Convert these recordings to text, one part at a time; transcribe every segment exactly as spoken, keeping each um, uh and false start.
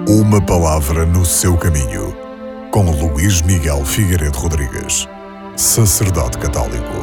Uma palavra no seu caminho, com Luís Miguel Figueiredo Rodrigues, sacerdote católico.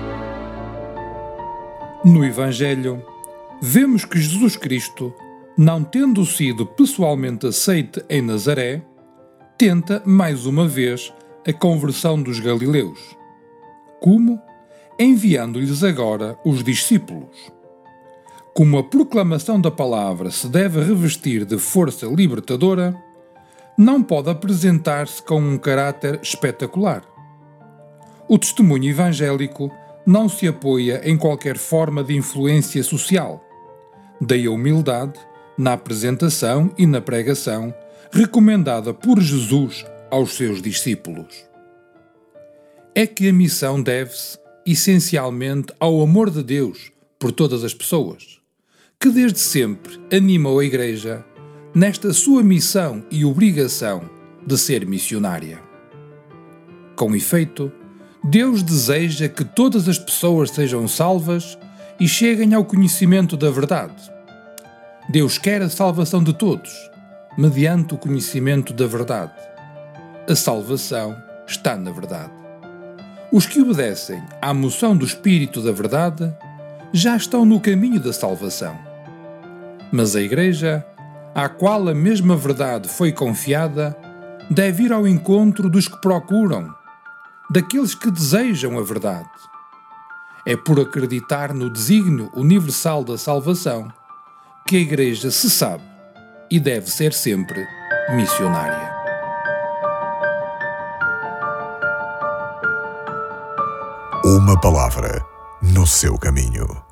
No Evangelho, vemos que Jesus Cristo, não tendo sido pessoalmente aceite em Nazaré, tenta mais uma vez a conversão dos galileus. Como? Enviando-lhes agora os discípulos. Como a proclamação da palavra se deve revestir de força libertadora, não pode apresentar-se com um caráter espetacular. O testemunho evangélico não se apoia em qualquer forma de influência social. Daí a humildade na apresentação e na pregação recomendada por Jesus aos seus discípulos. É que a missão deve-se essencialmente ao amor de Deus por todas as pessoas, que desde sempre animou a Igreja nesta sua missão e obrigação de ser missionária. Com efeito, Deus deseja que todas as pessoas sejam salvas e cheguem ao conhecimento da verdade. Deus quer a salvação de todos, mediante o conhecimento da verdade. A salvação está na verdade. Os que obedecem à moção do Espírito da verdade já estão no caminho da salvação. Mas a Igreja, à qual a mesma verdade foi confiada, deve ir ao encontro dos que procuram, daqueles que desejam a verdade. É por acreditar no desígnio universal da salvação que a Igreja se sabe e deve ser sempre missionária. Uma palavra no seu caminho.